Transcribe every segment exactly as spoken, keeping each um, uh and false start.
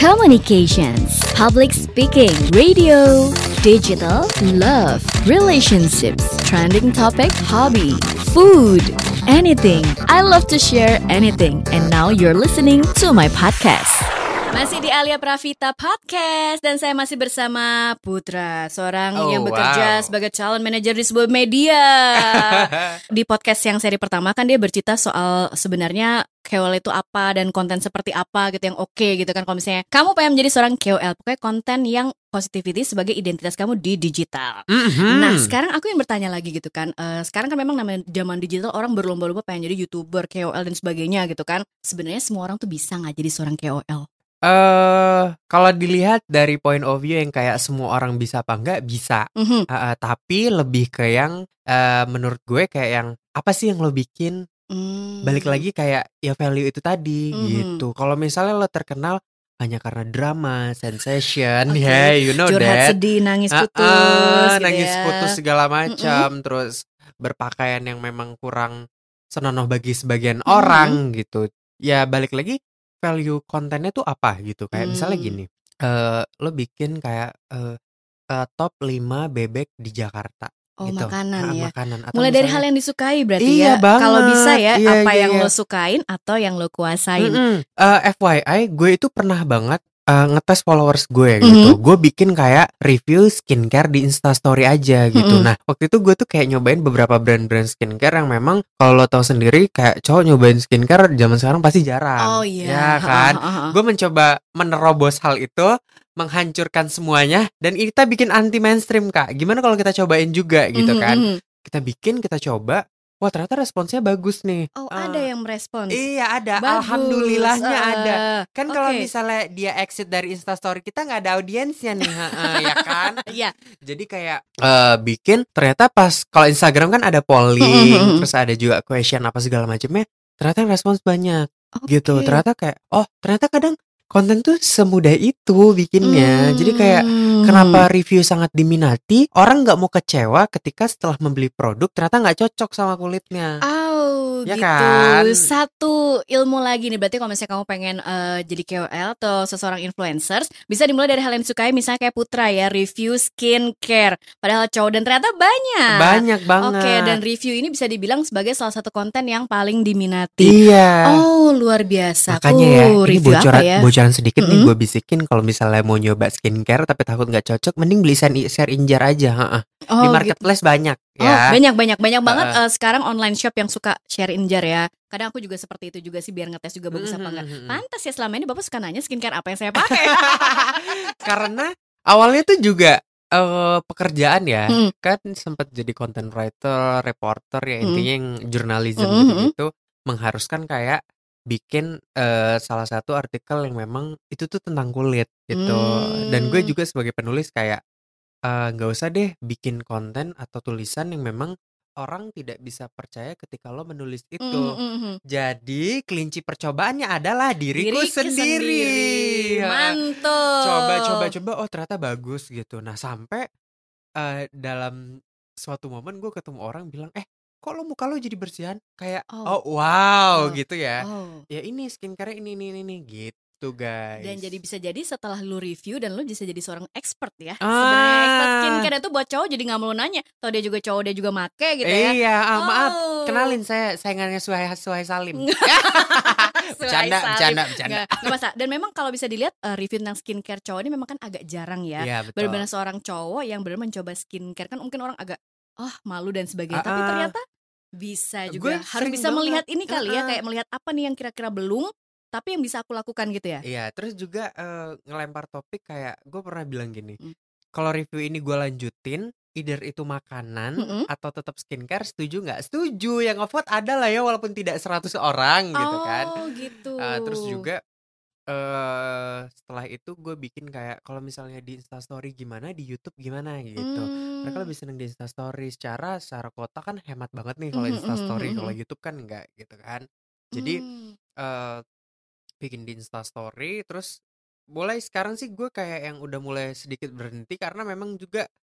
communications, public speaking, radio, digital, love, relationships, trending topic, hobby, food, anything. I love to share anything. And now you're listening to my podcast. Masih di Alia Pravita Podcast dan saya masih bersama Putra, seorang Oh, yang bekerja wow. sebagai talent manager di sebuah media. Di podcast yang seri pertama kan dia bercerita soal sebenarnya K O L itu apa dan konten seperti apa gitu yang oke gitu kan. Kalau misalnya kamu pengen menjadi seorang K O L, pokoknya konten yang positivity sebagai identitas kamu di digital. Mhm. Nah sekarang aku yang bertanya lagi gitu kan, eh, sekarang kan memang namanya zaman digital, orang berlomba-lomba pengen jadi YouTuber, K O L dan sebagainya gitu kan. Sebenarnya semua orang tuh bisa gak jadi seorang K O L? Eh, kalau dilihat dari point of view yang kayak semua orang bisa apa enggak, bisa. Mhm. Eh, eh, tapi lebih ke yang eh, menurut gue kayak yang apa sih yang lo bikin? Hmm. Balik lagi kayak ya value itu tadi Mhm. gitu. Kalau misalnya lo terkenal hanya karena drama, sensation, Oke. ya you know Curhat that. sedih, nangis Ah, putus ah, gitu nangis ya. putus segala macam, terus berpakaian yang memang kurang senonoh bagi sebagian Mhm. orang gitu. Ya balik lagi value kontennya tuh apa gitu. Kayak misalnya Hmm. gini, eh lo bikin kayak eh, eh, top lima bebek di Jakarta Oh gitu. makanan Ah, ya. makanan atau Mulai dari misalnya hal yang disukai berarti iya ya. Kalau bisa banget. ya, Iya, apa iya, yang iya. lo sukain atau yang lo kuasain. Mm-mm. Eh, F Y I gue itu pernah banget eh, ngetes followers gue gitu. Mhm. Gue bikin kayak review skincare di Instastory aja gitu. Mhm. Nah waktu itu gue tuh kayak nyobain beberapa brand-brand skincare yang memang kalau lo tahu sendiri kayak cowok nyobain skincare zaman sekarang pasti jarang. Oh iya. Ya Ha, kan. ha, ha, ha. Gue mencoba menerobos hal itu, menghancurkan semuanya, dan kita bikin anti mainstream kak. Gimana kalau kita cobain juga gitu Mhm, kan? mhm. Kita bikin, kita coba. Wah ternyata responsnya bagus nih. Oh Eh, ada yang merespons. Iya ada, Bagus. alhamdulillahnya eh, ada. Kan kalau Oke. misalnya dia exit dari Instastory kita nggak ada audiensnya nih, heeh, ya kan? Iya. Jadi kayak eh, bikin ternyata pas kalau Instagram kan ada Mhm, polling, mhm. terus ada juga question apa segala macamnya. Ternyata yang respons banyak gitu. Oke. Ternyata kayak oh ternyata kadang konten tuh semudah itu bikinnya. Jadi kayak Hmm. kenapa review sangat diminati, orang nggak mau kecewa ketika setelah membeli produk ternyata nggak cocok sama kulitnya. Oh Ya gitu. kan? Satu ilmu lagi nih. Berarti kalau misalnya kamu pengen eh, jadi K O L atau seseorang influencers, bisa dimulai dari hal yang disukai. Misalnya kayak Putra ya, review skincare. Padahal cowok dan ternyata banyak. Banyak banget. Oke, dan review ini bisa dibilang sebagai salah satu konten yang paling diminati. Iya. Oh luar biasa. Makanya ya, Uh, ini review bocoran apa ya? bocoran sedikit nih Mm-mm. gue bisikin, kalau misalnya mau nyoba skincare tapi takut nggak cocok, mending beli share share injar aja, heeh. Di Oh gitu. marketplace banyak Oh ya. banyak banyak banyak banget Heeh. eh, sekarang online shop yang suka share injar ya. Kadang aku juga seperti itu juga sih biar ngetes juga bagus apa enggak. Mhm. Pantas ya selama ini Bapak suka nanya skincare apa yang saya pakai. Karena awalnya tuh juga eh, pekerjaan ya, Mm. kan sempat jadi content writer, reporter ya, Mm. intinya yang journalism Mm, gitu-gitu, mengharuskan kayak bikin eh, salah satu artikel yang memang itu tuh tentang kulit gitu. Dan gue Hmm. juga sebagai penulis kayak eh, nggak usah deh bikin konten atau tulisan yang memang orang tidak bisa percaya ketika lo menulis itu. Mhm, mhm. Jadi kelinci percobaannya adalah diriku, Diriku sendiri. sendiri. Heeh. Mantul. Coba coba coba oh ternyata bagus gitu. Nah sampai eh, dalam suatu momen gue ketemu orang bilang, eh kok lo muka lo jadi bersihan? Kayak Oh. oh wow Oh. gitu ya. Oh. Ya ini skincare ini ini ini gitu guys. Dan jadi bisa jadi setelah lu review dan lu bisa jadi seorang expert ya. Sebenarnya expert Ah. skincare itu buat cowok jadi nggak melulu nanya. Tau dia juga cowok, dia juga make gitu ya. Iya, ah, maaf. Oh. Kenalin saya saingannya Suhai Suhai Salim. Suhai Bercanda, Salim. bercanda, bercanda. Nggak, nggak masalah. Dan memang kalau bisa dilihat eh, review tentang skincare cowok ini memang kan agak jarang ya. Iya, betul. Benar-benar seorang cowok yang benar mencoba skincare kan mungkin orang agak ah malu dan sebagainya. Tapi Ah, ah. ternyata bisa Gue juga. Harus sering bisa banget. melihat ini kali ya, Ah, ah. kayak melihat apa nih yang kira-kira belum, tapi yang bisa aku lakukan gitu ya. Iya, terus juga eh, ngelempar topik kayak gue pernah bilang gini. Mm. Kalau review ini gue lanjutin, either itu makanan Mm-mm. atau tetap skincare, setuju nggak? Setuju. Yang ngevote ada lah ya, walaupun tidak seratus orang gitu kan. Oh gitu. Eh, terus juga eh setelah itu gue bikin kayak kalau misalnya di Instastory gimana, di YouTube gimana gitu. Mereka Hmm. lebih seneng di Instastory, secara secara kuota kan hemat banget nih kalau Mhm, Instastory. mhm, Kalau mhm. YouTube kan enggak gitu kan. Jadi Hmm. eh bikin di Instastory, terus mulai sekarang sih gue kayak yang udah mulai sedikit berhenti karena memang juga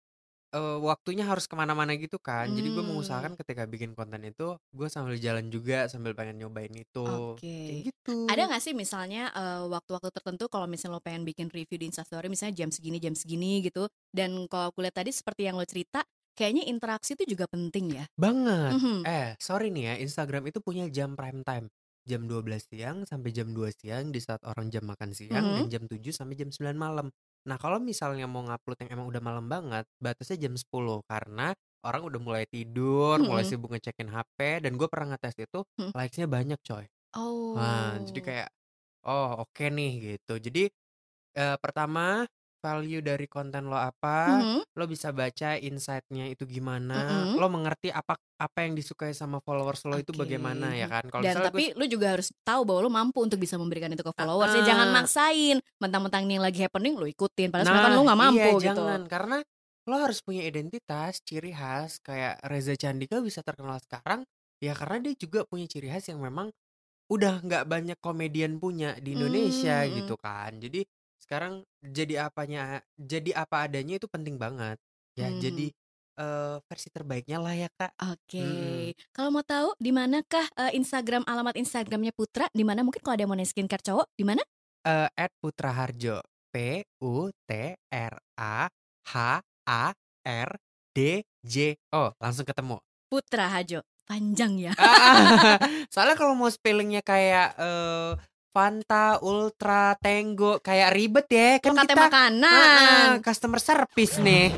Eee, waktunya harus kemana-mana gitu kan. Jadi gue Mmm. mengusahakan ketika bikin konten itu, gue sambil jalan juga, sambil pengen nyobain itu, Oke. kayak Ada gitu. nggak sih misalnya, eee, waktu-waktu tertentu kalau misalnya lo pengen bikin review di Instastory misalnya jam segini jam segini gitu, dan kalau aku lihat tadi seperti yang lo cerita, kayaknya interaksi itu juga penting ya? Banget. Mhm. Eh, sorry nih ya, Instagram itu punya jam prime time. Jam dua belas siang sampai jam dua siang di saat orang jam makan siang Mhm. dan jam tujuh sampai jam sembilan malam. Nah, kalau misalnya mau ngupload yang emang udah malam banget, batasnya jam sepuluh karena orang udah mulai tidur, mulai Mhm. sibuk ngecekin H P dan gue pernah ngetes itu Mhm. likes-nya banyak, coy. Nah, jadi Oh. kayak, oh oke nih gitu. Jadi Eee, pertama, value dari konten lo apa, Mhm. lo bisa baca insight-nya itu gimana, Mhm. lo mengerti apa apa yang disukai sama followers lo itu Oke, bagaimana ya mhm. kan. Kalau Dan misalnya gue s tapi lu juga harus tahu bahwa lu mampu untuk bisa memberikan itu ke followers ya, jangan heeh. maksain, mentang-mentang ini lagi happening lu ikutin, padahal sebenarnya kan Nah, lu nggak iya mampu gitu. jangan, karena lo harus punya identitas, ciri khas, kayak Reza Candika bisa terkenal sekarang, ya karena dia juga punya ciri khas yang memang udah nggak banyak komedian punya di Mmm, Indonesia mhm. gitu kan. Jadi sekarang jadi apanya jadi apa adanya itu penting banget. Ya Mhm. jadi, eee, versi terbaiknya lah ya, Kak. Mhm. Oke. Kalau mau tahu di manakah, eee, Instagram alamat Instagram-nya Putra? Di mana mungkin kalau ada yang mau nanya skincare cowok, di mana? Eee, et putraharjo, P U T R A H A R D J O, langsung ketemu. Putra Hajo, panjang ya. Soalnya kalau mau spellingnya kayak, eee, Fanta, Ultra, Tango, kayak ribet ya, Kalau kan katanya kita heeh, makanan. customer service nih.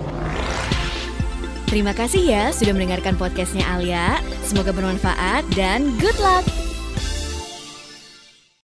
Terima kasih ya sudah mendengarkan podcastnya Alia. Semoga bermanfaat dan good luck.